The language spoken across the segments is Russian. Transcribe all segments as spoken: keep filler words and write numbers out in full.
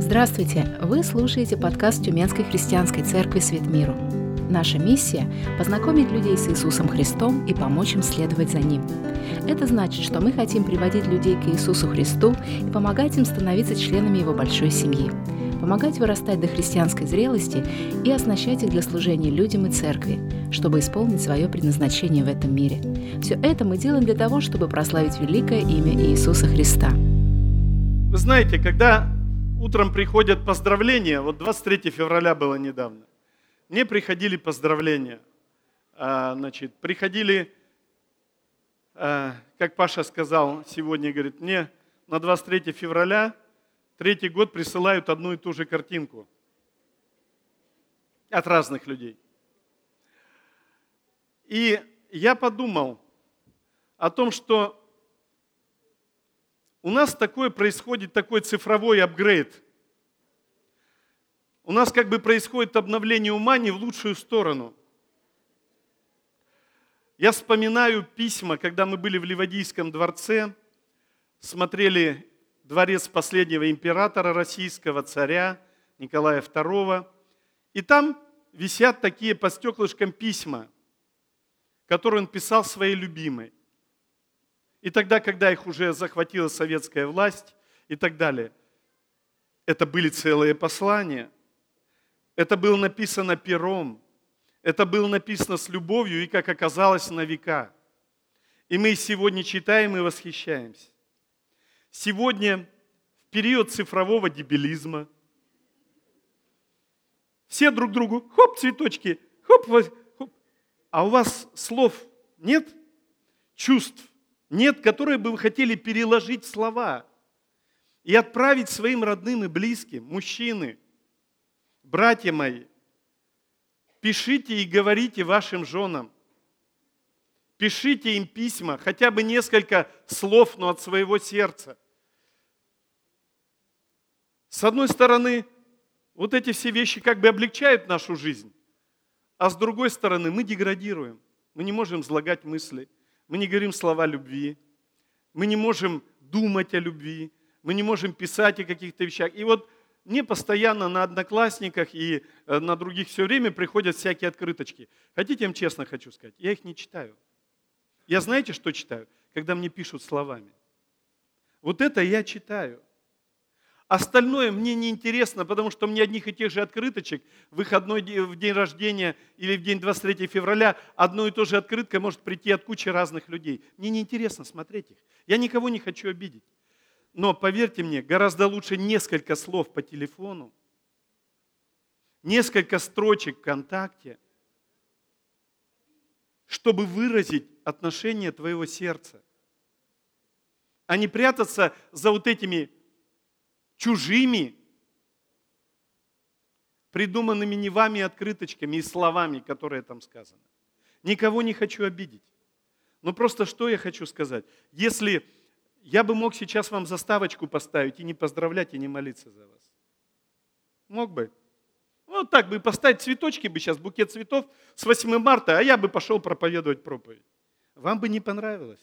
Здравствуйте! Вы слушаете подкаст Тюменской христианской церкви «Свет миру». Наша миссия – познакомить людей с Иисусом Христом и помочь им следовать за Ним. Это значит, что мы хотим приводить людей к Иисусу Христу и помогать им становиться членами Его большой семьи, помогать вырастать до христианской зрелости и оснащать их для служения людям и церкви, чтобы исполнить свое предназначение в этом мире. Все это мы делаем для того, чтобы прославить великое имя Иисуса Христа. Вы знаете, когда утром приходят поздравления, вот двадцать третьего февраля было недавно, мне приходили поздравления, а, значит, приходили, а, как Паша сказал сегодня, говорит, мне на двадцать третьего февраля третий год присылают одну и ту же картинку от разных людей. И я подумал о том, что у нас такое происходит, такой цифровой апгрейд. У нас как бы происходит обновление ума не в лучшую сторону. Я вспоминаю письма, когда мы были в Ливадийском дворце, смотрели дворец последнего императора российского, царя Николая второго. И там висят такие по стеклышкам письма, которые он писал своей любимой. И тогда, когда их уже захватила советская власть и так далее, это были целые послания. Это было написано пером. Это было написано с любовью и, как оказалось, на века. И мы сегодня читаем и восхищаемся. Сегодня, в период цифрового дебилизма, все друг другу, хоп, цветочки, хоп, хоп. А у вас слов нет, чувств нет, которые бы вы хотели переложить в слова и отправить своим родным и близким, мужчины, братья мои, пишите и говорите вашим женам, пишите им письма, хотя бы несколько слов, но от своего сердца. С одной стороны, вот эти все вещи как бы облегчают нашу жизнь, а с другой стороны, мы деградируем, мы не можем излагать мысли. Мы не говорим слова любви, мы не можем думать о любви, мы не можем писать о каких-то вещах. И вот мне постоянно на Одноклассниках и на других все время приходят всякие открыточки. Хотите, я вам честно хочу сказать, я их не читаю. Я знаете, что читаю? Когда мне пишут словами. Вот это я читаю. Остальное мне не интересно, потому что мне одних и тех же открыточек в выходной в день рождения или в день двадцать третьего февраля одно и то же открытка может прийти от кучи разных людей. Мне не интересно смотреть их. Я никого не хочу обидеть. Но поверьте мне, гораздо лучше несколько слов по телефону, несколько строчек ВКонтакте, чтобы выразить отношение твоего сердца, а не прятаться за вот этими чужими, придуманными не вами открыточками и словами, которые там сказаны. Никого не хочу обидеть. Но просто что я хочу сказать? Если я бы мог сейчас вам заставочку поставить и не поздравлять, и не молиться за вас. Мог бы. Вот так бы поставить цветочки бы сейчас, букет цветов с восьмого марта, а я бы пошел проповедовать проповедь. Вам бы не понравилось.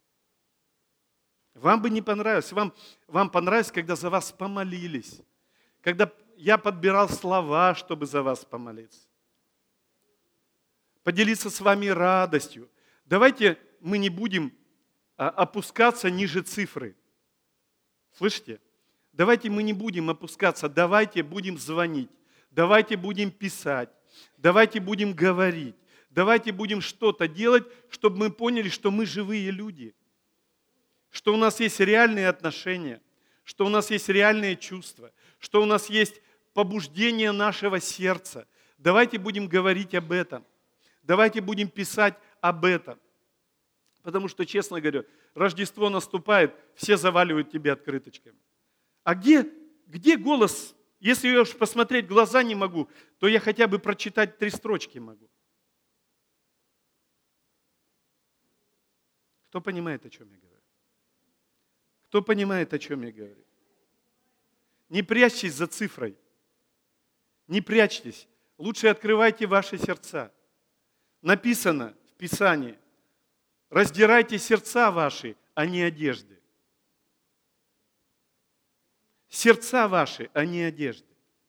Вам бы не понравилось. Вам, вам понравилось, когда за вас помолились. Когда я подбирал слова, чтобы за вас помолиться. Поделиться с вами радостью. Давайте мы не будем опускаться ниже цифры. Слышите? Давайте мы не будем опускаться. Давайте будем звонить. Давайте будем писать. Давайте будем говорить. Давайте будем что-то делать, чтобы мы поняли, что мы живые люди. Что у нас есть реальные отношения, что у нас есть реальные чувства, что у нас есть побуждение нашего сердца. Давайте будем говорить об этом. Давайте будем писать об этом. Потому что, честно говоря, Рождество наступает, все заваливают тебе открыточками. А где, где голос? Если я уж посмотреть в глаза не могу, то я хотя бы прочитать три строчки могу. Кто понимает, о чем я говорю? Кто понимает, о чем я говорю? Не прячьтесь за цифрой. Не прячьтесь. Лучше открывайте ваши сердца. Написано в Писании: раздирайте сердца ваши, а не одежды. сердца ваши, а не одежды.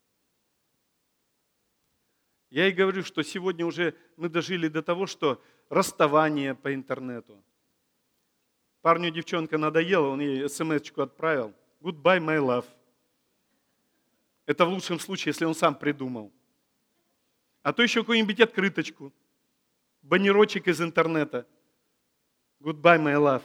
Я и говорю, что сегодня уже мы дожили до того, что расставание по интернету. Парню девчонка надоела, он ей смс-очку отправил. Goodbye, my love. Это в лучшем случае, если он сам придумал. А то еще какую-нибудь открыточку, баннерочек из интернета. Goodbye, my love.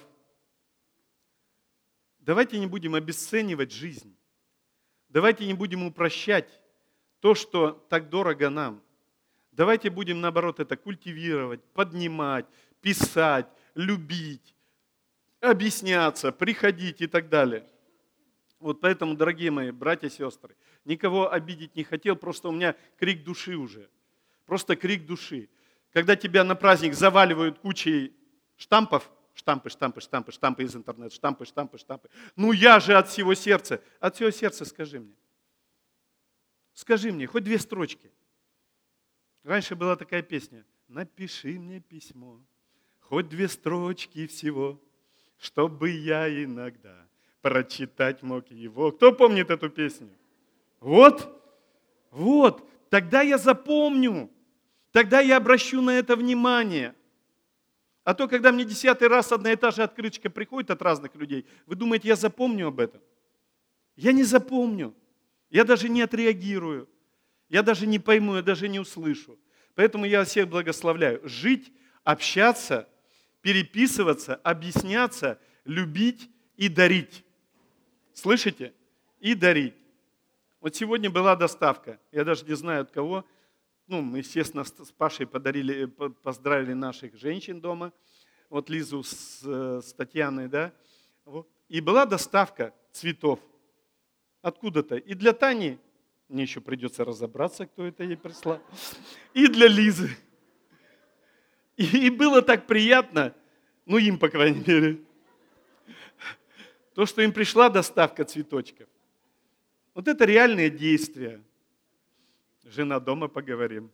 Давайте не будем обесценивать жизнь. Давайте не будем упрощать то, что так дорого нам. Давайте будем, наоборот, это культивировать, поднимать, писать, любить, объясняться, приходить и так далее. Вот поэтому, дорогие мои братья и сестры, никого обидеть не хотел, просто у меня крик души уже. Просто крик души. Когда тебя на праздник заваливают кучей штампов, штампы, штампы, штампы, штампы из интернета, штампы, штампы, штампы. Ну я же от всего сердца. От всего сердца скажи мне. Скажи мне, хоть две строчки. Раньше была такая песня. Напиши мне письмо, хоть две строчки всего, чтобы я иногда прочитать мог его. Кто помнит эту песню? Вот, вот, тогда я запомню, тогда я обращу на это внимание. А то, когда мне десятый раз одна и та же открыточка приходит от разных людей, вы думаете, я запомню об этом? Я не запомню, я даже не отреагирую, я даже не пойму, я даже не услышу. Поэтому я всех благословляю. Жить, общаться, переписываться, объясняться, любить и дарить. Слышите? И дарить. Вот сегодня была доставка. Я даже не знаю от кого. Ну, мы, естественно, с Пашей подарили, поздравили наших женщин дома. Вот Лизу с, с Татьяной, да. Вот. И была доставка цветов. Откуда-то. И для Тани, мне еще придется разобраться, кто это ей прислал. И для Лизы. И, и было так приятно, ну им, по крайней мере, то, что им пришла доставка цветочков. Вот это реальные действия. Жена дома, поговорим.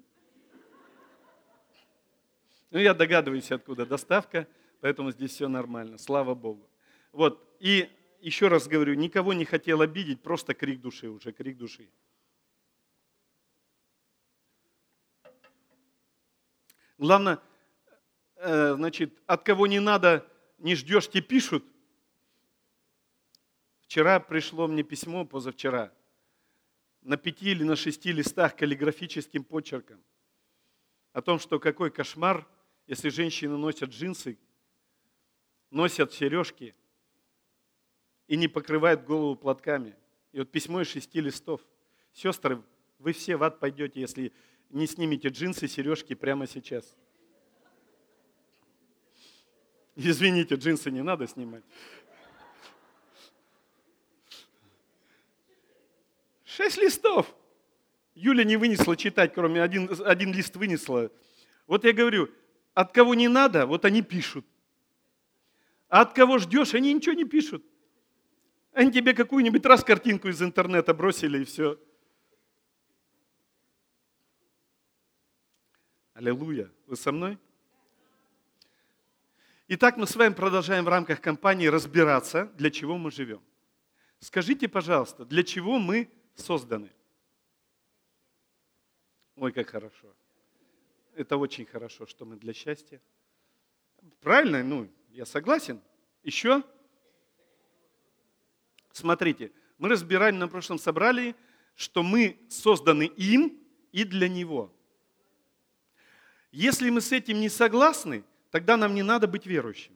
Ну, я догадываюсь, откуда доставка, поэтому здесь все нормально, слава Богу. Вот, и еще раз говорю, никого не хотел обидеть, просто крик души уже, крик души. Главное, значит, от кого не надо, не ждешь, тебе пишут. Вчера пришло мне письмо, позавчера, на пяти или на шести листах каллиграфическим почерком о том, что какой кошмар, если женщины носят джинсы, носят сережки и не покрывают голову платками. И вот письмо из шести листов. Сестры, вы все в ад пойдете, если не снимете джинсы, сережки прямо сейчас. Извините, джинсы не надо снимать. Шесть листов. Юля не вынесла читать, кроме один, один лист вынесла. Вот я говорю, от кого не надо, вот они пишут. А от кого ждешь, они ничего не пишут. Они тебе какую-нибудь раз картинку из интернета бросили и все. Аллилуйя. Вы со мной? Итак, мы с вами продолжаем в рамках кампании разбираться, для чего мы живем. Скажите, пожалуйста, для чего мы созданы? Ой, как хорошо. Это очень хорошо, что мы для счастья. Правильно? Ну, я согласен. Еще? Смотрите, мы разбирали на прошлом собрании, что мы созданы им и для Него. Если мы с этим не согласны, тогда нам не надо быть верующими.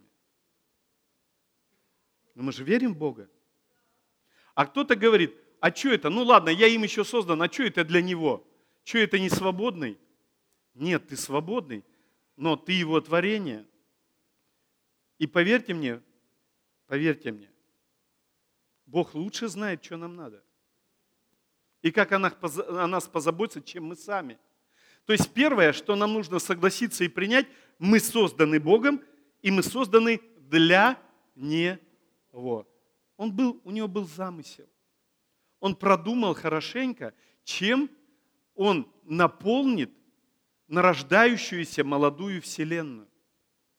Но мы же верим в Бога. А кто-то говорит, а что это? Ну ладно, я им еще создан, а что это для Него? Что это не свободный? Нет, ты свободный, но ты Его творение. И поверьте мне, поверьте мне, Бог лучше знает, что нам надо. И как о нас позаботится, чем мы сами. То есть первое, что нам нужно согласиться и принять, мы созданы Богом, и мы созданы для Него. Он был, у Него был замысел. Он продумал хорошенько, чем Он наполнит нарождающуюся молодую вселенную.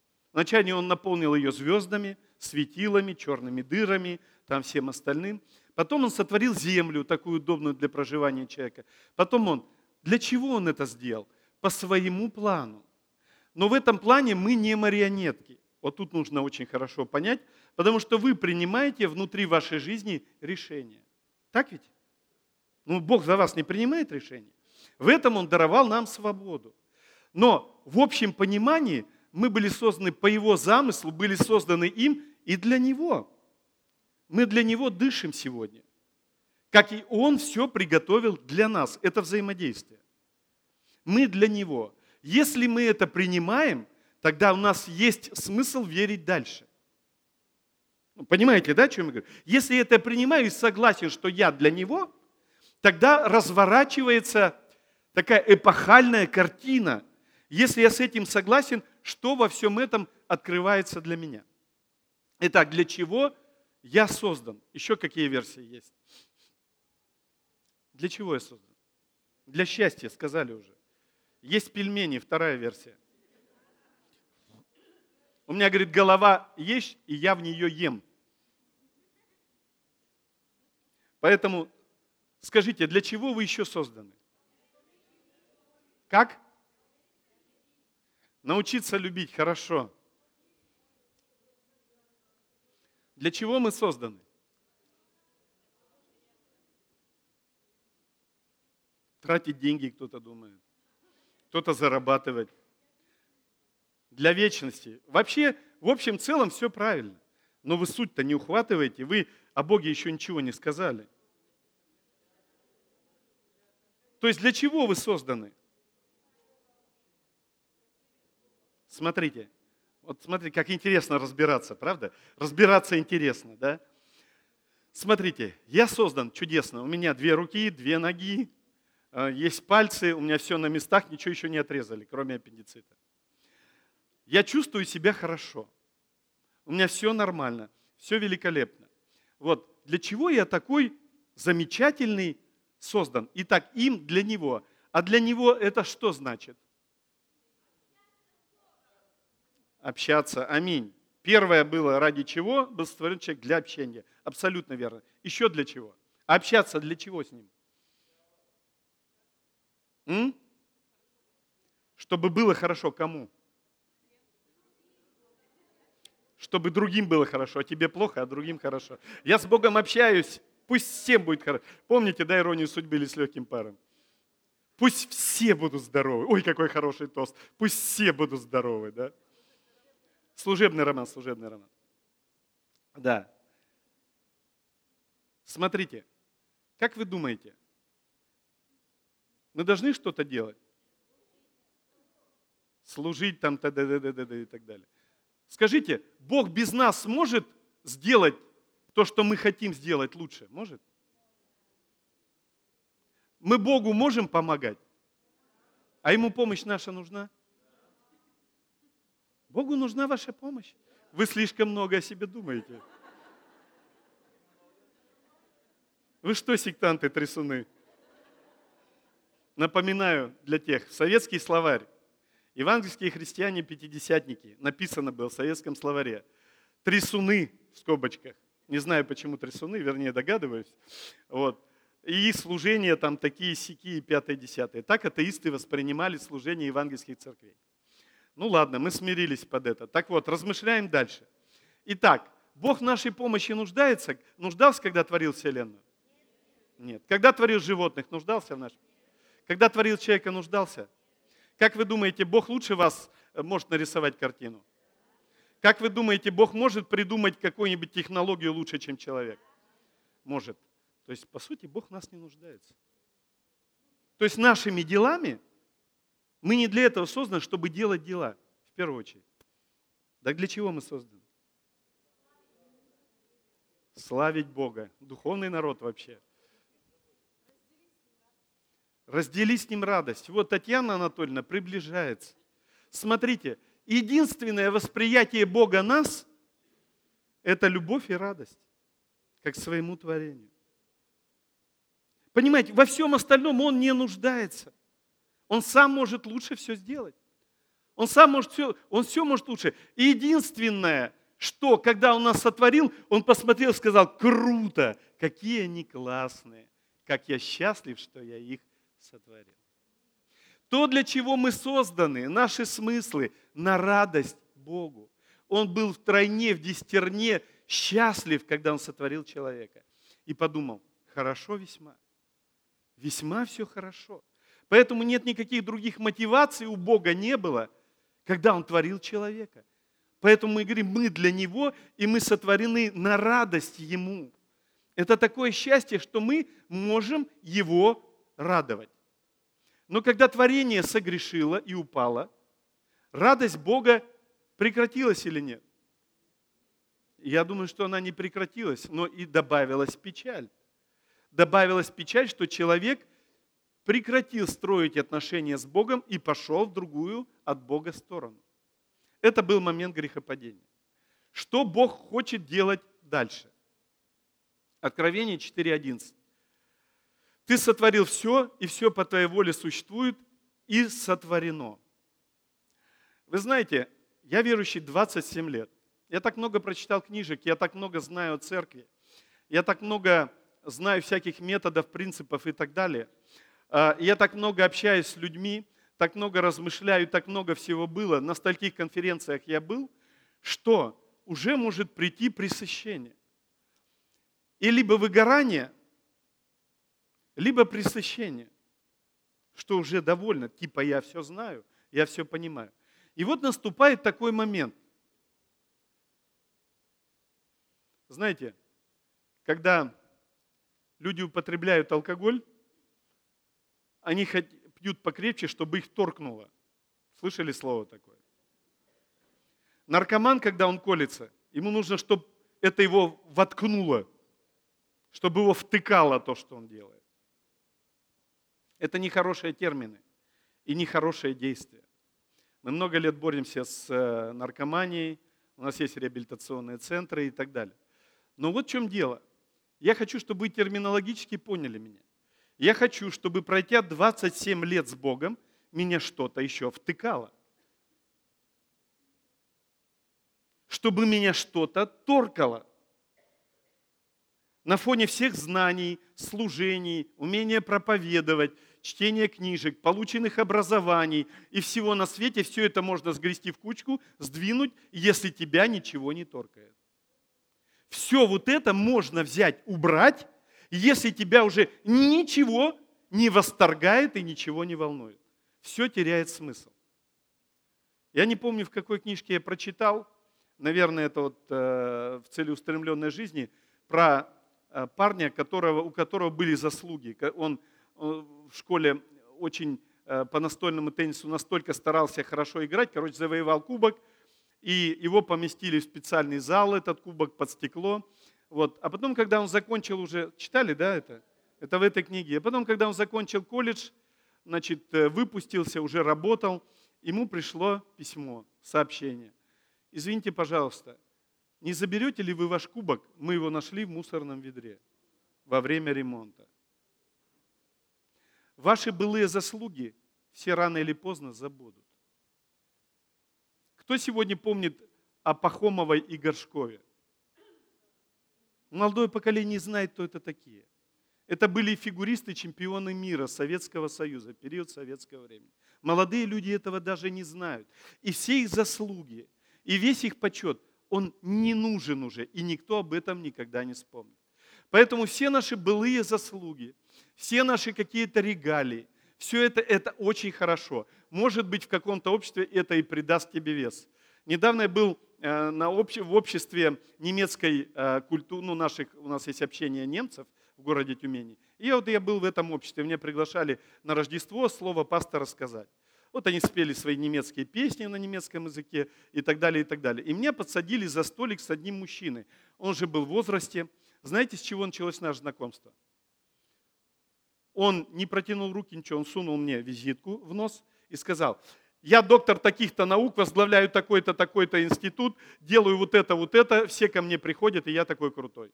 Вначале Он наполнил ее звездами, светилами, черными дырами, там всем остальным. Потом Он сотворил землю, такую удобную для проживания человека. Потом Он, для чего Он это сделал? По своему плану. Но в этом плане мы не марионетки. Вот тут нужно очень хорошо понять, потому что вы принимаете внутри вашей жизни решения. Так ведь? Ну, Бог за вас не принимает решения. В этом Он даровал нам свободу. Но в общем понимании мы были созданы по Его замыслу, были созданы им и для Него. Мы для Него дышим сегодня. Как и Он все приготовил для нас. Это взаимодействие. Мы для Него. Если мы это принимаем, тогда у нас есть смысл верить дальше. Понимаете, да, о чем я говорю? Если я это принимаю и согласен, что я для Него, тогда разворачивается такая эпохальная картина. Если я с этим согласен, что во всем этом открывается для меня? Итак, для чего я создан? Еще какие версии есть? Для чего я создан? Для счастья, сказали уже. Есть пельмени, вторая версия. У меня, говорит, голова есть, и я в нее ем. Поэтому скажите, для чего вы еще созданы? Как? Научиться любить, хорошо. Для чего мы созданы? Тратить деньги, кто-то думает. Кто-то зарабатывать. Для вечности. Вообще, в общем целом, все правильно. Но вы суть-то не ухватываете, вы о Боге еще ничего не сказали. То есть для чего вы созданы? Смотрите, вот смотрите, как интересно разбираться, правда? Разбираться интересно, да? Смотрите, я создан чудесно. У меня две руки, две ноги, есть пальцы, у меня все на местах, ничего еще не отрезали, кроме аппендицита. Я чувствую себя хорошо. У меня все нормально, все великолепно. Вот для чего я такой замечательный создан? Итак, им для Него. А для Него это что значит? Общаться. Аминь. Первое было ради чего? Был сотворен человек для общения. Абсолютно верно. Еще для чего? А общаться для чего с Ним? М? Чтобы было хорошо кому? Чтобы другим было хорошо, а тебе плохо, а другим хорошо. Я с Богом общаюсь, пусть всем будет хорошо. Помните, да, иронию судьбы или с легким паром? Пусть все будут здоровы. Ой, какой хороший тост. Пусть все будут здоровы, да? Служебный роман, служебный роман. Да. Смотрите, как вы думаете, мы должны что-то делать? Служить там, т.д. и так далее. Скажите, Бог без нас может сделать то, что мы хотим сделать лучше? Может? Мы Богу можем помогать? А Ему помощь наша нужна? Богу нужна ваша помощь. Вы слишком много о себе думаете. Вы что, сектанты, трясуны? Напоминаю для тех, советский словарь. Евангельские христиане-пятидесятники. Написано было в советском словаре. Трясуны в скобочках. Не знаю, почему трясуны, вернее, догадываюсь. Вот. И служения там такие, сякие, пятое, десятое. Так атеисты воспринимали служение евангельских церквей. Ну ладно, мы смирились под это. Так вот, размышляем дальше. Итак, Бог в нашей помощи нуждается? Нуждался, когда творил Вселенную? Нет. Когда творил животных, нуждался в нашем? Когда творил человека, нуждался? Как вы думаете, Бог лучше вас может нарисовать картину? Как вы думаете, Бог может придумать какую-нибудь технологию лучше, чем человек? Может. То есть, по сути, Бог в нас не нуждается. То есть, нашими делами мы не для этого созданы, чтобы делать дела, в первую очередь. Так для чего мы созданы? Славить Бога. Духовный народ вообще. Раздели с Ним радость. Вот Татьяна Анатольевна приближается. Смотрите, единственное восприятие Бога нас – это любовь и радость, как к своему творению. Понимаете, во всем остальном Он не нуждается. Он сам может лучше все сделать. Он сам может все, Он все может лучше. И единственное, что, когда Он нас сотворил, Он посмотрел и сказал: круто, какие они классные, как я счастлив, что я их сотворил. То, для чего мы созданы, наши смыслы, на радость Богу. Он был втройне, в десятерне счастлив, когда Он сотворил человека. И подумал: хорошо весьма, весьма все хорошо. Поэтому нет никаких других мотиваций у Бога не было, когда Он творил человека. Поэтому мы говорим, мы для Него, и мы сотворены на радость Ему. Это такое счастье, что мы можем Его радовать. Но когда творение согрешило и упало, радость Бога прекратилась или нет? Я думаю, что она не прекратилась, но и добавилась печаль. Добавилась печаль, что человек прекратил строить отношения с Богом и пошел в другую от Бога сторону. Это был момент грехопадения. Что Бог хочет делать дальше? Откровение четыре одиннадцать. Ты сотворил все, и все по твоей воле существует, и сотворено. Вы знаете, я верующий двадцать семь лет. Я так много прочитал книжек, я так много знаю о церкви, я так много знаю всяких методов, принципов и так далее. Я так много общаюсь с людьми, так много размышляю, так много всего было. На стольких конференциях я был, что уже может прийти пресыщение. И либо выгорание, либо пресыщение, что уже довольно, типа я все знаю, я все понимаю. И вот наступает такой момент. Знаете, когда люди употребляют алкоголь, они пьют покрепче, чтобы их торкнуло. Слышали слово такое? Наркоман, когда он колется, ему нужно, чтобы это его воткнуло, чтобы его втыкало то, что он делает. Это нехорошие термины и нехорошее действие. Мы много лет боремся с наркоманией, у нас есть реабилитационные центры и так далее. Но вот в чем дело. Я хочу, чтобы вы терминологически поняли меня. Я хочу, чтобы, пройдя двадцать семь лет с Богом, меня что-то еще втыкало. Чтобы меня что-то торкало. На фоне всех знаний, служений, умения проповедовать, чтения книжек, полученных образований и всего на свете, все это можно сгрести в кучку, сдвинуть, если тебя ничего не торкает. Все вот это можно взять, убрать, если тебя уже ничего не восторгает и ничего не волнует. Все теряет смысл. Я не помню, в какой книжке я прочитал, наверное, это вот э, в целеустремленной жизни, про э, парня, которого, у которого были заслуги. Он э, в школе очень э, по настольному теннису настолько старался хорошо играть, короче, завоевал кубок, и его поместили в специальный зал, этот кубок, под стекло. Вот. А потом, когда он закончил уже, читали, да, это? Это в этой книге. А потом, когда он закончил колледж, значит, выпустился, уже работал, ему пришло письмо, сообщение. Извините, пожалуйста, не заберете ли вы ваш кубок? Мы его нашли в мусорном ведре во время ремонта. Ваши былые заслуги все рано или поздно забудут. Кто сегодня помнит о Пахомовой и Горшкове? Молодое поколение не знает, кто это такие. Это были фигуристы, чемпионы мира Советского Союза, период советского времени. Молодые люди этого даже не знают. И все их заслуги, и весь их почет, он не нужен уже, и никто об этом никогда не вспомнит. Поэтому все наши былые заслуги, все наши какие-то регалии, все это, это очень хорошо. Может быть, в каком-то обществе это и придаст тебе вес. Недавно я был на обще, в обществе немецкой культуры, ну, наших, у нас есть общение немцев в городе Тюмени. И вот я был в этом обществе, меня приглашали на Рождество слово пастора сказать. Вот они спели свои немецкие песни на немецком языке и так далее, и так далее. И меня подсадили за столик с одним мужчиной. Он же был в возрасте. Знаете, с чего началось наше знакомство? Он не протянул руки, ничего, он сунул мне визитку в нос и сказал: я доктор таких-то наук, возглавляю такой-то, такой-то институт, делаю вот это, вот это, все ко мне приходят, и я такой крутой.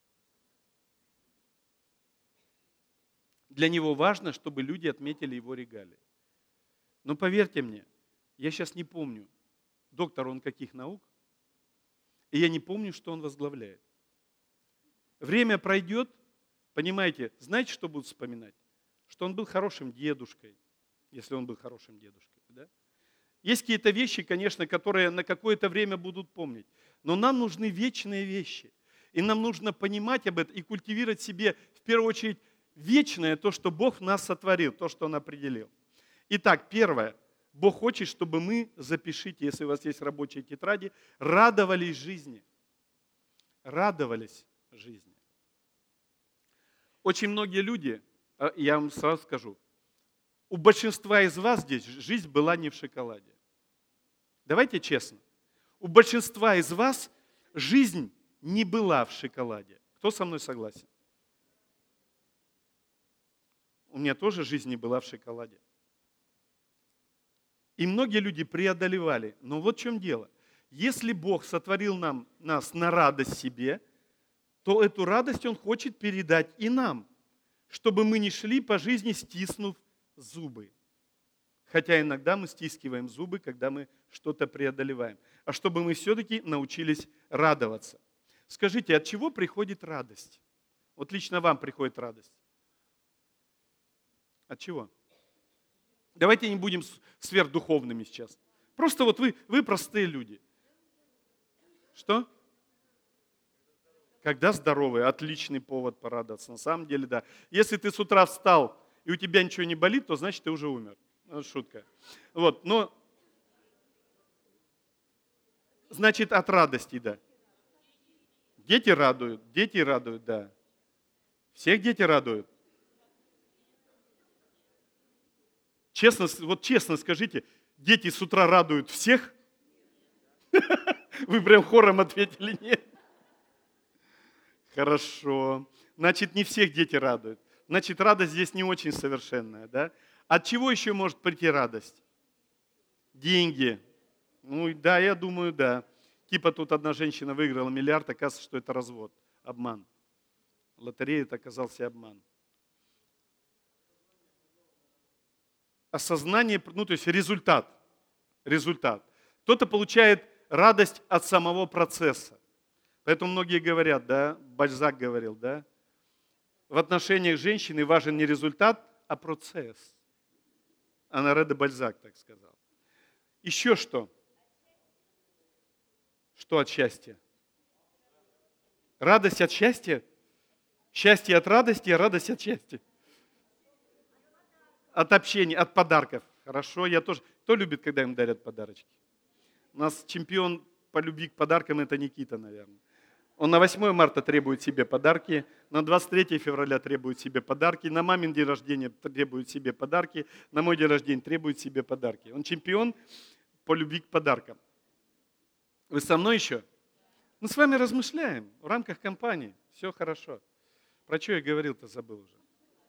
Для него важно, чтобы люди отметили его регалии. Но поверьте мне, я сейчас не помню, доктор он каких наук. и я не помню, что он возглавляет. Время пройдет, понимаете, знаете, что будут вспоминать? Что он был хорошим дедушкой, если он был хорошим дедушкой. Да? Есть какие-то вещи, конечно, которые на какое-то время будут помнить. Но нам нужны вечные вещи. И нам нужно понимать об этом и культивировать в себе, в первую очередь, вечное, то, что Бог в нас сотворил, то, что Он определил. Итак, первое. Бог хочет, чтобы мы, запишите, если у вас есть рабочие тетради, радовались жизни. Радовались жизни. Очень многие люди, я вам сразу скажу, у большинства из вас здесь жизнь была не в шоколаде. Давайте честно. У большинства из вас жизнь не была в шоколаде. Кто со мной согласен? У меня тоже жизнь не была в шоколаде. И многие люди преодолевали. Но вот в чем дело. Если Бог сотворил нам, нас на радость себе, то эту радость Он хочет передать и нам, чтобы мы не шли по жизни, стиснув зубы. Хотя иногда мы стискиваем зубы, когда мы что-то преодолеваем. А чтобы мы все-таки научились радоваться. Скажите, от чего приходит радость? Вот лично вам приходит радость. От чего? Давайте не будем сверхдуховными сейчас. Просто вот вы, вы простые люди. Что? Когда здоровый, отличный повод порадоваться. На самом деле, да. Если ты с утра встал, и у тебя ничего не болит, то значит ты уже умер. Ну, шутка. Вот, но значит от радости, да. Дети радуют, дети радуют, да. Всех дети радуют. Честно, вот честно скажите, дети с утра радуют всех? Вы прям хором ответили нет. Хорошо. Значит, не всех дети радуют. Значит, радость здесь не очень совершенная, да? От чего еще может прийти радость? Деньги. Ну да, я думаю, да. Типа тут одна женщина выиграла миллиард, оказывается, что это развод, обман. Лотерея это оказался обман. Осознание, ну то есть результат. Результат. Кто-то получает радость от самого процесса. Поэтому многие говорят, да, Бальзак говорил, да, в отношениях женщины важен не результат, а процесс. Анаре де Бальзак так сказал. Еще что? Что от счастья? Радость от счастья? Счастье от радости, а радость от счастья. От общения, от подарков. Хорошо, я тоже. Кто любит, когда им дарят подарочки? У нас чемпион по любви к подаркам это Никита, наверное. Он на восьмое марта требует себе подарки, на двадцать третье февраля требует себе подарки, на мамин день рождения требует себе подарки, на мой день рождения требует себе подарки. Он чемпион по любви к подаркам. Вы со мной еще? Мы с вами размышляем в рамках компании. Все хорошо. Про что я говорил-то, забыл уже.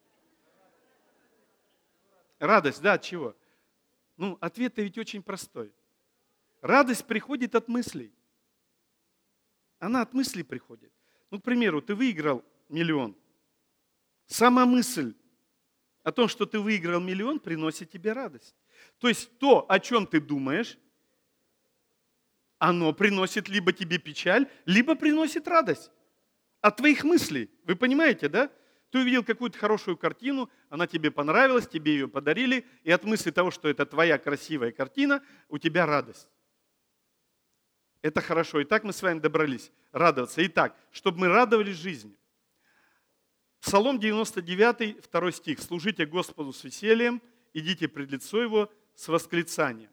Радость, да, от чего? Ну, ответ-то ведь очень простой. Радость приходит от мыслей. Она от мыслей приходит. Ну, к примеру, ты выиграл миллион. Сама мысль о том, что ты выиграл миллион, приносит тебе радость. То есть то, о чем ты думаешь, оно приносит либо тебе печаль, либо приносит радость. От твоих мыслей. Вы понимаете, да? Ты увидел какую-то хорошую картину, она тебе понравилась, тебе ее подарили, и от мысли того, что это твоя красивая картина, у тебя радость. Это хорошо. Итак, мы с вами добрались радоваться. Итак, чтобы мы радовались жизни. Псалом девяносто девятый, второй стих. «Служите Господу с весельем, идите пред лицо Его с восклицанием».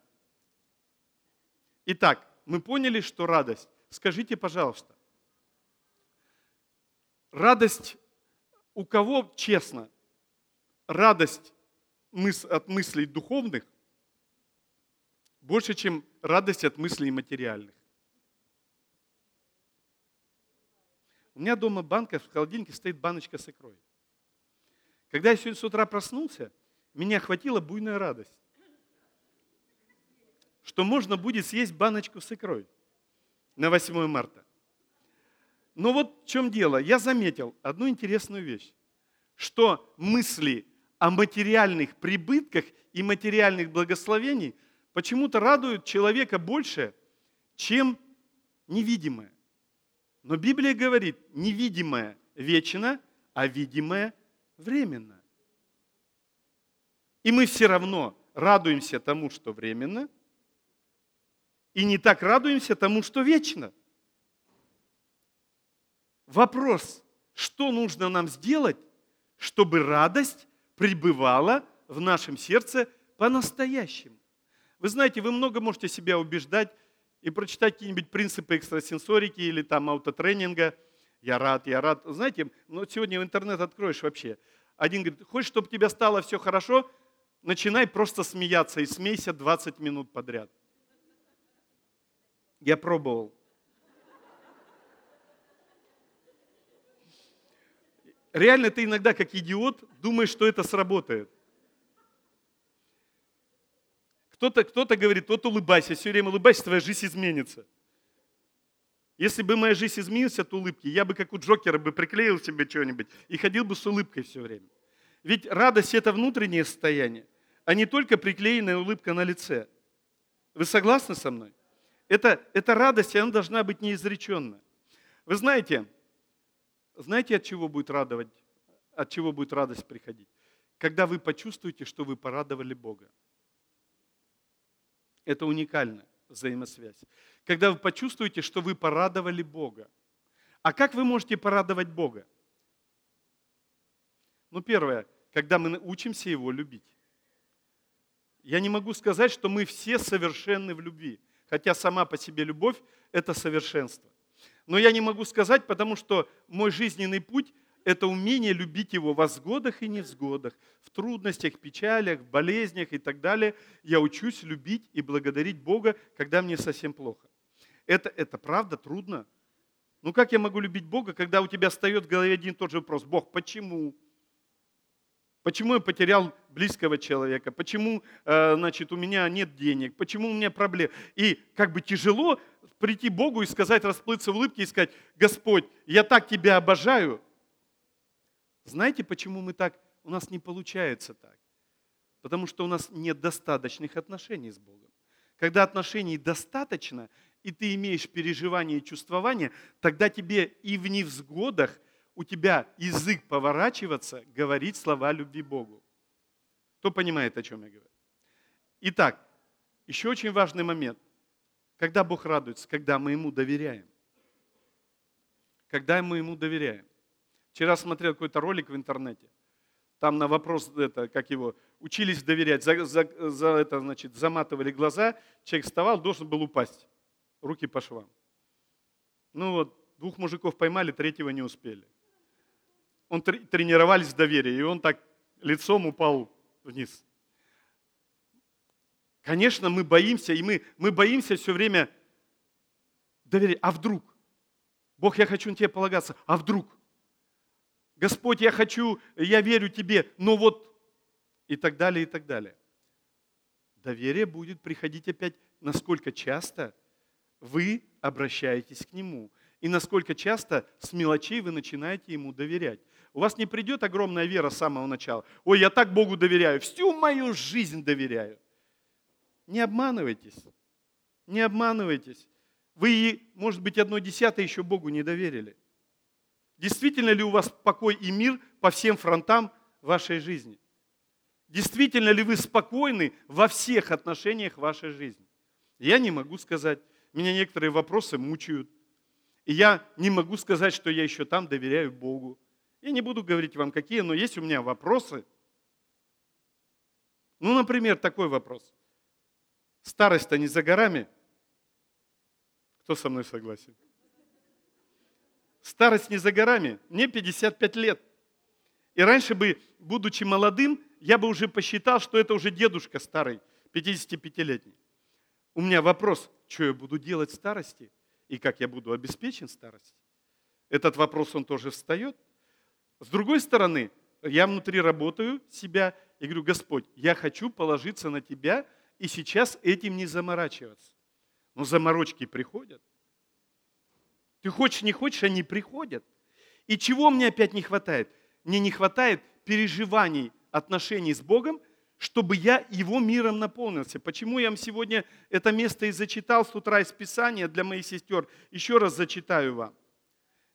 Итак, мы поняли, что радость. Скажите, пожалуйста, радость у кого, честно, радость от мыслей духовных больше, чем радость от мыслей материальных? У меня дома банка, в холодильнике стоит баночка с икрой. Когда я сегодня с утра проснулся, меня охватила буйная радость, что можно будет съесть баночку с икрой на восьмое марта. Но вот в чем дело. Я заметил одну интересную вещь, что мысли о материальных прибытках и материальных благословениях почему-то радуют человека больше, чем невидимое. Но Библия говорит, невидимое вечно, а видимое временно. И мы все равно радуемся тому, что временно, и не так радуемся тому, что вечно. Вопрос, что нужно нам сделать, чтобы радость пребывала в нашем сердце по-настоящему? Вы знаете, вы много можете себя убеждать и прочитать какие-нибудь принципы экстрасенсорики или там аутотренинга. Я рад, я рад. Знаете, ну, сегодня в интернет откроешь вообще. Один говорит, хочешь, чтобы у тебя стало все хорошо, начинай просто смеяться и смейся двадцать минут подряд. Я пробовал. Реально ты иногда, как идиот, думаешь, что это сработает. Кто-то, кто-то говорит, вот улыбайся, все время улыбайся, твоя жизнь изменится. Если бы моя жизнь изменилась от улыбки, я бы как у Джокера бы приклеил себе что-нибудь и ходил бы с улыбкой все время. Ведь радость – это внутреннее состояние, а не только приклеенная улыбка на лице. Вы согласны со мной? Это, это радость, и она должна быть неизреченная. Вы знаете, знаете, от чего будет радовать, от чего будет радость приходить? Когда вы почувствуете, что вы порадовали Бога. Это уникальная взаимосвязь. Когда вы почувствуете, что вы порадовали Бога. А как вы можете порадовать Бога? Ну, первое, когда мы учимся Его любить. Я не могу сказать, что мы все совершенны в любви, хотя сама по себе любовь – это совершенство. Но я не могу сказать, потому что мой жизненный путь – это умение любить Его в возгодах и невзгодах, в трудностях, печалях, болезнях и так далее. Я учусь любить и благодарить Бога, когда мне совсем плохо. Это, это правда трудно. Ну как я могу любить Бога, когда у тебя встает в голове один и тот же вопрос? Бог, почему? Почему я потерял близкого человека? Почему, значит, у меня нет денег? Почему у меня проблемы? И как бы тяжело прийти к Богу и сказать, расплыться в улыбке и сказать, Господь, я так Тебя обожаю. Знаете, почему мы так, у нас не получается так? Потому что у нас нет достаточных отношений с Богом. Когда отношений достаточно, и ты имеешь переживания и чувствования, тогда тебе и в невзгодах у тебя язык поворачиваться, говорить слова любви Богу. Кто понимает, о чем я говорю? Итак, еще очень важный момент. Когда Бог радуется, когда мы Ему доверяем. Когда мы Ему доверяем. Вчера смотрел какой-то ролик в интернете. Там на вопрос, это, как его, учились доверять, за, за, за это, значит, заматывали глаза, человек вставал, должен был упасть. Руки по швам. Ну вот, двух мужиков поймали, третьего не успели. Он тр- тренировались в доверии, и он так лицом упал вниз. Конечно, мы боимся, и мы, мы боимся все время доверять. А вдруг? Бог, я хочу на Тебя полагаться. А вдруг? Господь, я хочу, я верю Тебе, но вот и так далее, и так далее. Доверие будет приходить опять, насколько часто вы обращаетесь к Нему. И насколько часто с мелочей вы начинаете Ему доверять. У вас не придет огромная вера с самого начала. Ой, я так Богу доверяю, всю мою жизнь доверяю. Не обманывайтесь, не обманывайтесь. Вы, может быть, одно десятое еще Богу не доверили. Действительно ли у вас покой и мир по всем фронтам вашей жизни? Действительно ли вы спокойны во всех отношениях вашей жизни? Я не могу сказать. Меня некоторые вопросы мучают. И я не могу сказать, что я еще там доверяю Богу. Я не буду говорить вам, какие, но есть у меня вопросы. Ну, например, такой вопрос. Старость-то не за горами. Кто со мной согласен? Старость не за горами. Мне пятьдесят пять лет. И раньше бы, будучи молодым, я бы уже посчитал, что это уже дедушка старый, пятидесятипятилетний. У меня вопрос, что я буду делать в старости и как я буду обеспечен в старости. Этот вопрос, он тоже встает. С другой стороны, я внутри работаю себя и говорю, Господь, я хочу положиться на Тебя и сейчас этим не заморачиваться. Но заморочки приходят. Ты хочешь, не хочешь, они приходят. И чего мне опять не хватает? Мне не хватает переживаний, отношений с Богом, чтобы я Его миром наполнился. Почему я вам сегодня это место и зачитал с утра из Писания для моих сестер? Еще раз зачитаю вам.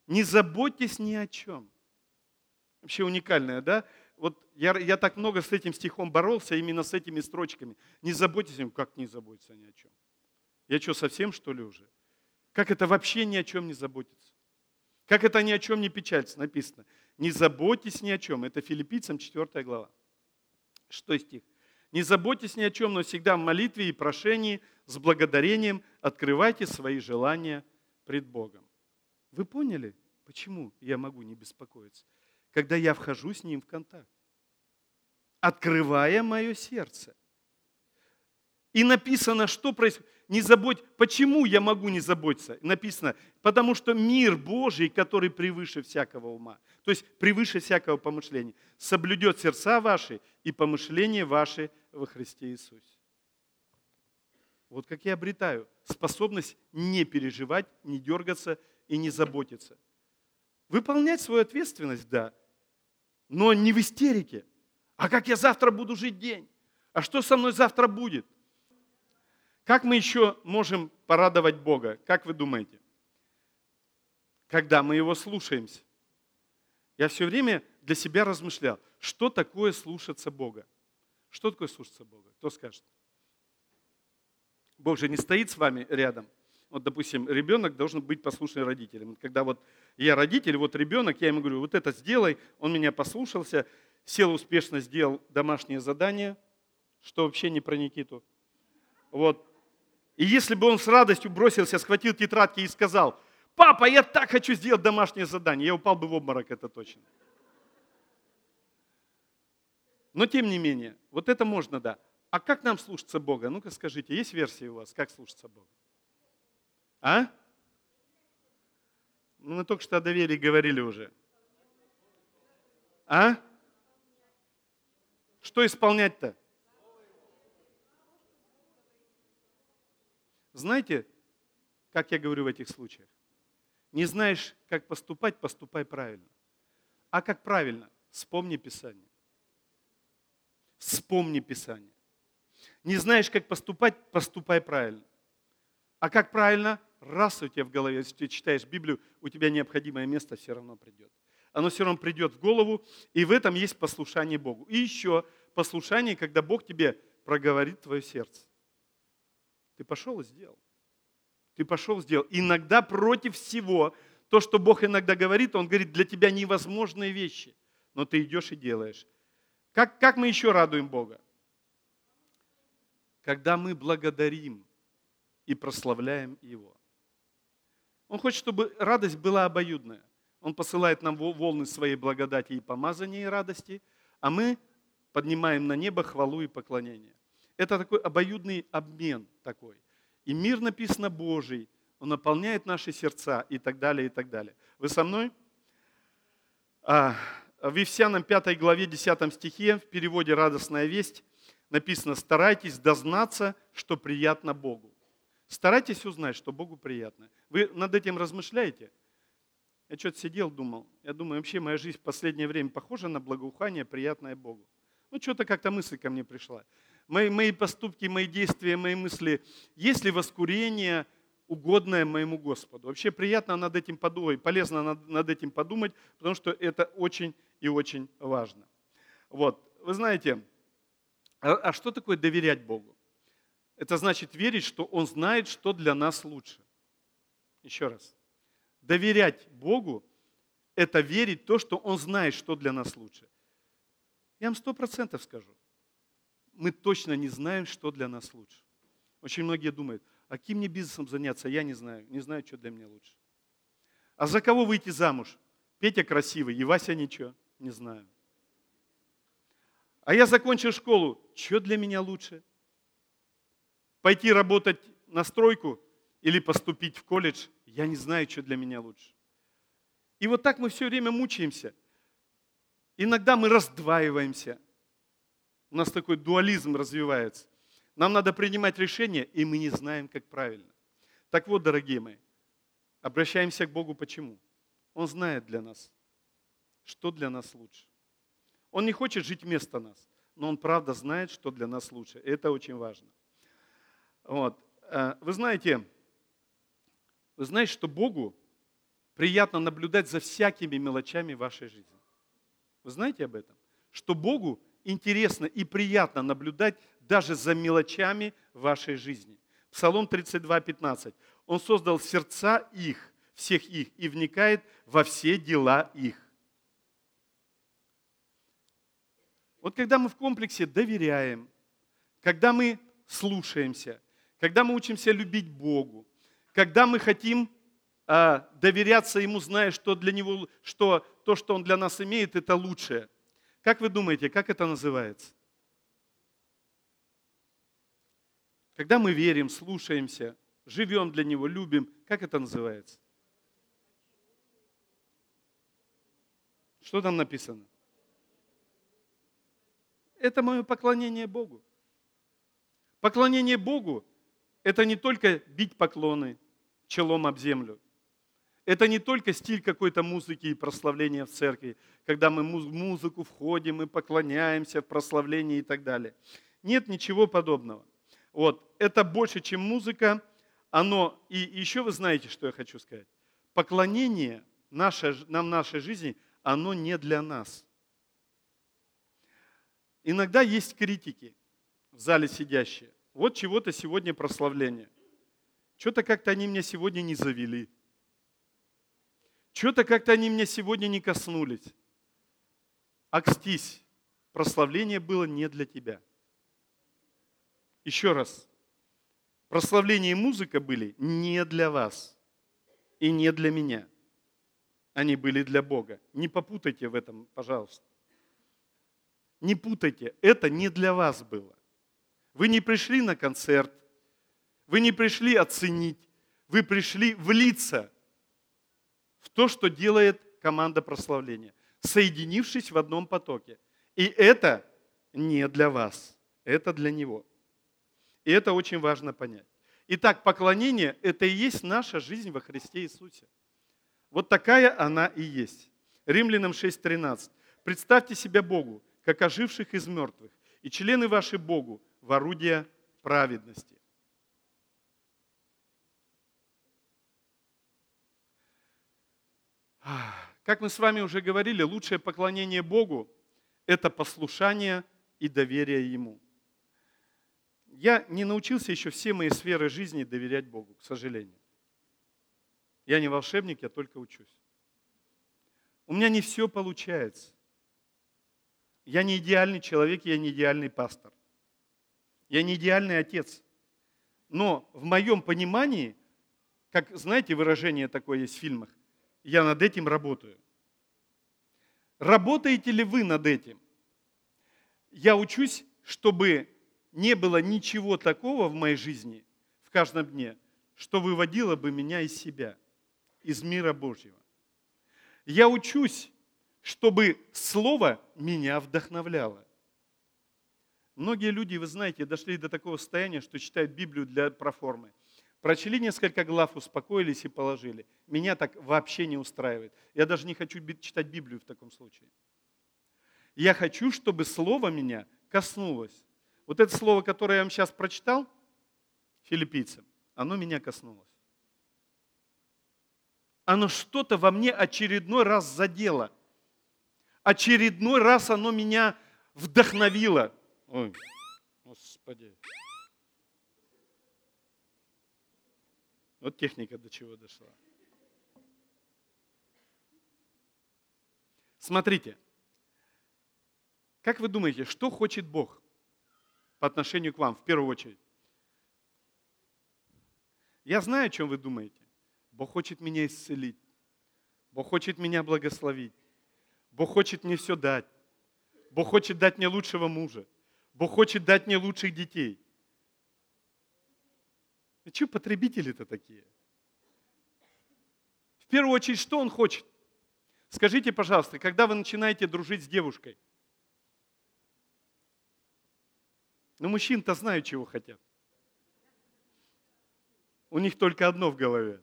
Не заботьтесь ни о чем. Вообще уникальное, да? Вот я, я так много с этим стихом боролся, именно с этими строчками. Не заботьтесь о нем. Как не заботиться ни о чем? Я что, совсем что ли уже? Как это вообще ни о чем не заботиться? Как это ни о чем не печалиться? Написано. Не заботьтесь ни о чем. Это Филиппийцам четвёртая глава. Шестой стих. Не заботьтесь ни о чем, но всегда в молитве и прошении с благодарением открывайте свои желания пред Богом. Вы поняли, почему я могу не беспокоиться? Когда я вхожу с Ним в контакт, открывая мое сердце. И написано, что происходит. Не забудь, почему я могу не заботиться? Написано, потому что мир Божий, который превыше всякого ума, то есть превыше всякого помышления, соблюдет сердца ваши и помышления ваши во Христе Иисусе. Вот как я обретаю способность не переживать, не дергаться и не заботиться. Выполнять свою ответственность, да, но не в истерике. А как я завтра буду жить день? А что со мной завтра будет? Как мы еще можем порадовать Бога? Как вы думаете? Когда мы Его слушаемся. Я все время для себя размышлял, что такое слушаться Бога? Что такое слушаться Бога? Кто скажет? Бог же не стоит с вами рядом. Вот, допустим, ребенок должен быть послушным родителям. Когда вот я родитель, вот ребенок, я ему говорю, вот это сделай, он меня послушался, сел успешно, сделал домашнее задание, что вообще не про Никиту. Вот. И если бы он с радостью бросился, схватил тетрадки и сказал, папа, я так хочу сделать домашнее задание, я упал бы в обморок, это точно. Но тем не менее, вот это можно, да. А как нам слушаться Бога? Ну-ка скажите, есть версия у вас, как слушаться Бога? А? Ну, мы только что о доверии говорили уже. А? Что исполнять-то? Знаете, как я говорю в этих случаях? Не знаешь, как поступать, поступай правильно. А как правильно? Вспомни Писание. Вспомни Писание. Не знаешь, как поступать, поступай правильно. А как правильно? Раз у тебя в голове, если ты читаешь Библию, у тебя необходимое место все равно придет. Оно все равно придет в голову, и в этом есть послушание Богу. И еще послушание, когда Бог тебе проговорит твое сердце. Ты пошел и сделал. Ты пошел и сделал. Иногда против всего, то, что Бог иногда говорит, Он говорит, для тебя невозможные вещи, но ты идешь и делаешь. Как, как мы еще радуем Бога? Когда мы благодарим и прославляем Его. Он хочет, чтобы радость была обоюдная. Он посылает нам волны своей благодати и помазания и радости, а мы поднимаем на небо хвалу и поклонение. Это такой обоюдный обмен такой. И мир написано Божий, он наполняет наши сердца и так далее, и так далее. Вы со мной? А, в Ефесянам пятой главе десятом стихе в переводе «Радостная весть» написано «Старайтесь дознаться, что приятно Богу». Старайтесь узнать, что Богу приятно. Вы над этим размышляете? Я что-то сидел, думал. Я думаю, вообще моя жизнь в последнее время похожа на благоухание, приятное Богу. Ну, что-то как-то мысль ко мне пришла. Мои, мои поступки, мои действия, мои мысли. Есть ли воскурение, угодное моему Господу? Вообще приятно над этим подумать, полезно над, над этим подумать, потому что это очень и очень важно. Вот. Вы знаете, а, а что такое доверять Богу? Это значит верить, что Он знает, что для нас лучше. Еще раз. Доверять Богу – это верить в то, что Он знает, что для нас лучше. Я вам сто процентов скажу. Мы точно не знаем, что для нас лучше. Очень многие думают, а каким мне бизнесом заняться, я не знаю. Не знаю, что для меня лучше. А за кого выйти замуж? Петя красивый, и Вася ничего. Не знаю. А я закончил школу. Что для меня лучше? Пойти работать на стройку или поступить в колледж? Я не знаю, что для меня лучше. И вот так мы все время мучаемся. Иногда мы раздваиваемся. У нас такой дуализм развивается. Нам надо принимать решения, и мы не знаем, как правильно. Так вот, дорогие мои, обращаемся к Богу почему? Он знает для нас, что для нас лучше. Он не хочет жить вместо нас, но Он правда знает, что для нас лучше. И это очень важно. Вот. Вы знаете, вы знаете, что Богу приятно наблюдать за всякими мелочами вашей жизни. Вы знаете об этом? Что Богу интересно и приятно наблюдать даже за мелочами вашей жизни. Псалом тридцать два, пятнадцать. Он создал сердца их, всех их, и вникает во все дела их. Вот когда мы в комплексе доверяем, когда мы слушаемся, когда мы учимся любить Богу, когда мы хотим а, доверяться Ему, зная, что для Него, что то, что Он для нас имеет, это лучшее. Как вы думаете, как это называется? Когда мы верим, слушаемся, живем для Него, любим, как это называется? Что там написано? Это мое поклонение Богу. Поклонение Богу – это не только бить поклоны челом об землю. Это не только стиль какой-то музыки и прославления в церкви, когда мы в музыку входим и поклоняемся в прославлении и так далее. Нет ничего подобного. Вот. Это больше, чем музыка. Оно, и еще вы знаете, что я хочу сказать. Поклонение наше, нам в нашей жизни, оно не для нас. Иногда есть критики в зале сидящие. Вот чего-то сегодня прославление. Что-то как-то они меня сегодня не завели. Что-то как-то они меня сегодня не коснулись. Акстись, прославление было не для тебя. Еще раз. Прославление и музыка были не для вас и не для меня. Они были для Бога. Не попутайте в этом, пожалуйста. Не путайте, это не для вас было. Вы не пришли на концерт, вы не пришли оценить, вы пришли влиться в то, что делает команда прославления, соединившись в одном потоке. И это не для вас, это для Него. И это очень важно понять. Итак, поклонение – это и есть наша жизнь во Христе Иисусе. Вот такая она и есть. Римлянам шесть тринадцать. Представьте себя Богу, как оживших из мертвых, и члены ваши Богу в орудия праведности. Как мы с вами уже говорили, лучшее поклонение Богу – это послушание и доверие Ему. Я не научился еще все мои сферы жизни доверять Богу, к сожалению. Я не волшебник, я только учусь. У меня не все получается. Я не идеальный человек, я не идеальный пастор. Я не идеальный отец. Но в моем понимании, как, знаете, выражение такое есть в фильмах, я над этим работаю. Работаете ли вы над этим? Я учусь, чтобы не было ничего такого в моей жизни, в каждом дне, что выводило бы меня из себя, из мира Божьего. Я учусь, чтобы Слово меня вдохновляло. Многие люди, вы знаете, дошли до такого состояния, что читают Библию для проформы. Прочли несколько глав, успокоились и положили. Меня так вообще не устраивает. Я даже не хочу читать Библию в таком случае. Я хочу, чтобы Слово меня коснулось. Вот это слово, которое я вам сейчас прочитал, филиппийцам, оно меня коснулось. Оно что-то во мне очередной раз задело. Очередной раз оно меня вдохновило. Ой, Господи. Вот техника до чего дошла. Смотрите, как вы думаете, что хочет Бог по отношению к вам в первую очередь? Я знаю, о чем вы думаете. Бог хочет меня исцелить. Бог хочет меня благословить. Бог хочет мне все дать. Бог хочет дать мне лучшего мужа. Бог хочет дать мне лучших детей. И что потребители-то такие? В первую очередь, что он хочет? Скажите, пожалуйста, когда вы начинаете дружить с девушкой? Ну, мужчин-то знают, чего хотят. У них только одно в голове.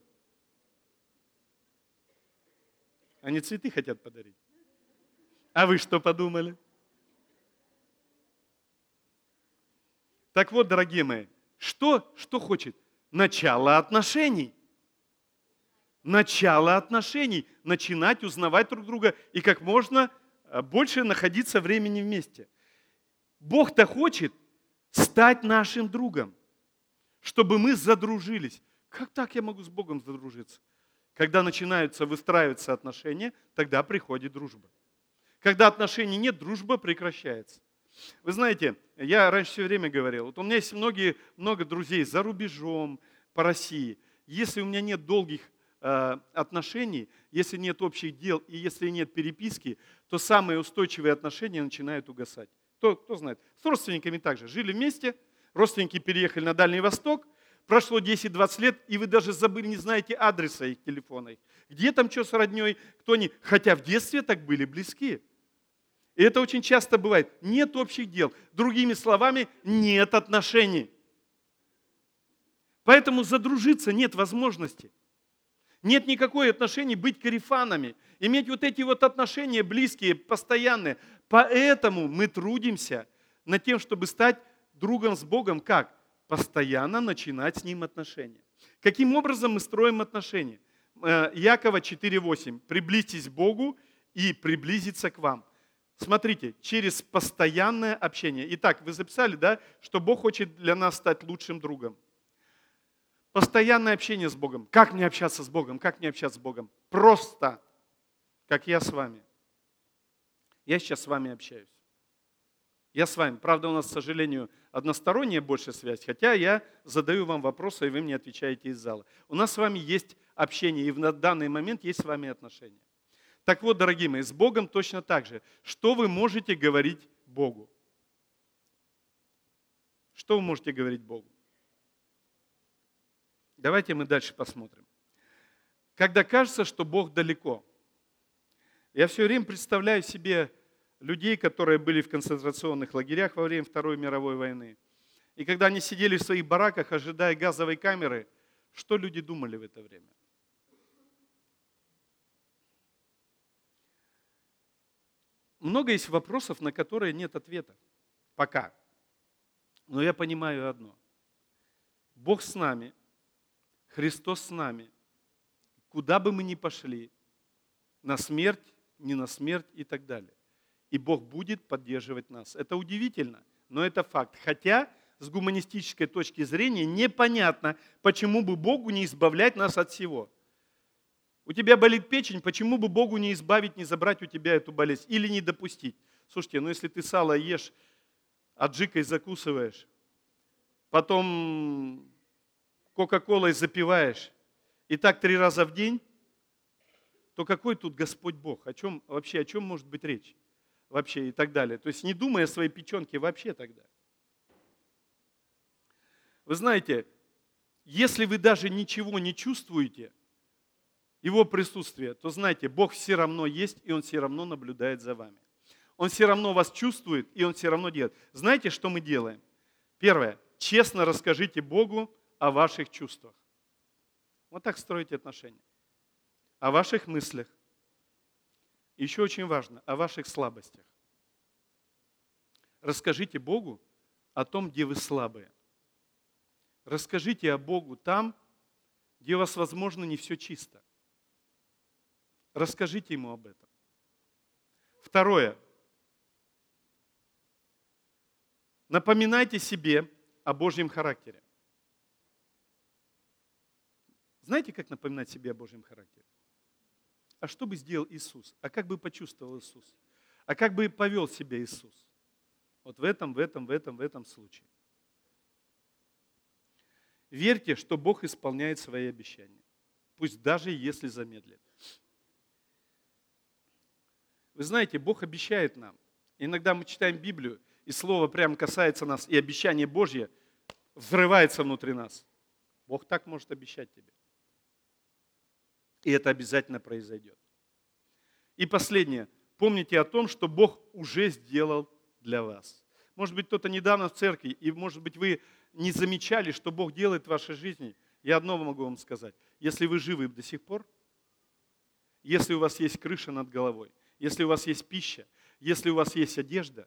Они цветы хотят подарить. А вы что подумали? Так вот, дорогие мои, что, что хочет? Начало отношений. начало отношений, начинать узнавать друг друга и как можно больше находиться времени вместе. Бог-то хочет стать нашим другом, чтобы мы задружились. Как так я могу с Богом задружиться? Когда начинаются выстраиваться отношения, тогда приходит дружба. Когда отношений нет, дружба прекращается. Вы знаете, я раньше все время говорил, вот у меня есть многие, много друзей за рубежом, по России. Если у меня нет долгих э, отношений, если нет общих дел и если нет переписки, то самые устойчивые отношения начинают угасать. Кто, кто знает? С родственниками также. Жили вместе, родственники переехали на Дальний Восток, прошло десять-двадцать лет, и вы даже забыли, не знаете адреса их телефона. Где там что с родней, кто не... Хотя в детстве так были близки. И это очень часто бывает. Нет общих дел. Другими словами, нет отношений. Поэтому задружиться нет возможности. Нет никакой отношений быть корефанами. Иметь вот эти вот отношения близкие, постоянные. Поэтому мы трудимся над тем, чтобы стать другом с Богом. Как? Постоянно начинать с Ним отношения. Каким образом мы строим отношения? Якова четыре восемь. Приблизьтесь к Богу и приблизиться к вам. Смотрите, через постоянное общение. Итак, вы записали, да, что Бог хочет для нас стать лучшим другом. Постоянное общение с Богом. Как мне общаться с Богом? Как мне общаться с Богом? Просто, как я с вами. Я сейчас с вами общаюсь. Я с вами. Правда, у нас, к сожалению, односторонняя больше связь, хотя я задаю вам вопросы, и вы мне отвечаете из зала. У нас с вами есть общение, и в данный момент есть с вами отношения. Так вот, дорогие мои, с Богом точно так же. Что вы можете говорить Богу? Что вы можете говорить Богу? Давайте мы дальше посмотрим. Когда кажется, что Бог далеко. Я все время представляю себе людей, которые были в концентрационных лагерях во время Второй мировой войны. И когда они сидели в своих бараках, ожидая газовой камеры, что люди думали в это время? Много есть вопросов, на которые нет ответа. Пока. Но я понимаю одно. Бог с нами, Христос с нами. Куда бы мы ни пошли, на смерть, не на смерть и так далее. И Бог будет поддерживать нас. Это удивительно, но это факт. Хотя с гуманистической точки зрения непонятно, почему бы Богу не избавлять нас от всего. У тебя болит печень, почему бы Богу не избавить, не забрать у тебя эту болезнь или не допустить? Слушайте, ну если ты сало ешь, аджикой закусываешь, потом кока-колой запиваешь, и так три раза в день, то какой тут Господь Бог? О чем вообще, о чем может быть речь? Вообще и так далее. То есть не думая о своей печенке вообще тогда. Вы знаете, если вы даже ничего не чувствуете, Его присутствие, то знайте, Бог все равно есть, и Он все равно наблюдает за вами. Он все равно вас чувствует, и Он все равно делает. Знаете, что мы делаем? Первое. Честно расскажите Богу о ваших чувствах. Вот так строите отношения. О ваших мыслях. Еще очень важно, о ваших слабостях. Расскажите Богу о том, где вы слабые. Расскажите о Богу там, где у вас, возможно, не все чисто. Расскажите Ему об этом. Второе. Напоминайте себе о Божьем характере. Знаете, как напоминать себе о Божьем характере? А что бы сделал Иисус? А как бы почувствовал Иисус? А как бы повел себя Иисус? Вот в этом, в этом, в этом, в этом случае. Верьте, что Бог исполняет свои обещания. Пусть даже если замедлит. Вы знаете, Бог обещает нам. Иногда мы читаем Библию, и Слово прямо касается нас, и обещание Божье взрывается внутри нас. Бог так может обещать тебе. И это обязательно произойдет. И последнее. Помните о том, что Бог уже сделал для вас. Может быть, кто-то недавно в церкви, и может быть, вы не замечали, что Бог делает в вашей жизни. Я одно могу вам сказать. Если вы живы до сих пор, если у вас есть крыша над головой, если у вас есть пища, если у вас есть одежда,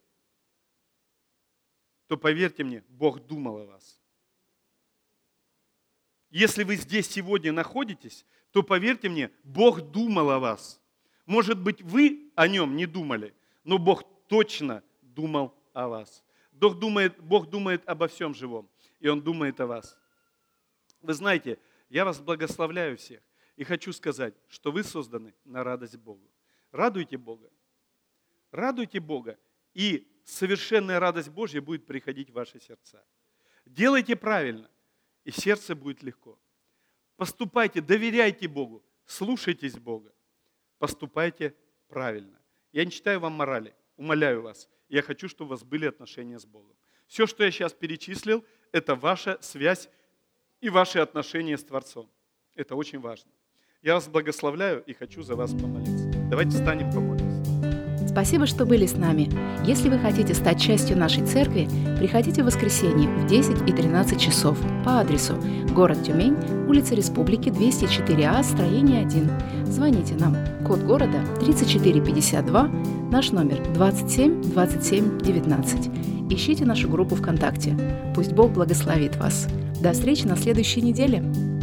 то поверьте мне, Бог думал о вас. Если вы здесь сегодня находитесь, то поверьте мне, Бог думал о вас. Может быть, вы о нем не думали, но Бог точно думал о вас. Бог думает, Бог думает обо всем живом, и Он думает о вас. Вы знаете, я вас благословляю всех и хочу сказать, что вы созданы на радость Богу. Радуйте Бога. Радуйте Бога, и совершенная радость Божья будет приходить в ваши сердца. Делайте правильно, и сердце будет легко. Поступайте, доверяйте Богу, слушайтесь Бога, поступайте правильно. Я не читаю вам морали, умоляю вас. Я хочу, чтобы у вас были отношения с Богом. Все, что я сейчас перечислил, это ваша связь и ваши отношения с Творцом. Это очень важно. Я вас благословляю и хочу за вас помолиться. Давайте встанем, помолимся. Спасибо, что были с нами. Если вы хотите стать частью нашей церкви, приходите в воскресенье в десять и тринадцать часов по адресу город Тюмень, улица Республики, двести четыре А, строение один. Звоните нам. Код города тридцать четыре пятьдесят два, наш номер двадцать семь двадцать семь девятнадцать. Ищите нашу группу ВКонтакте. Пусть Бог благословит вас. До встречи на следующей неделе.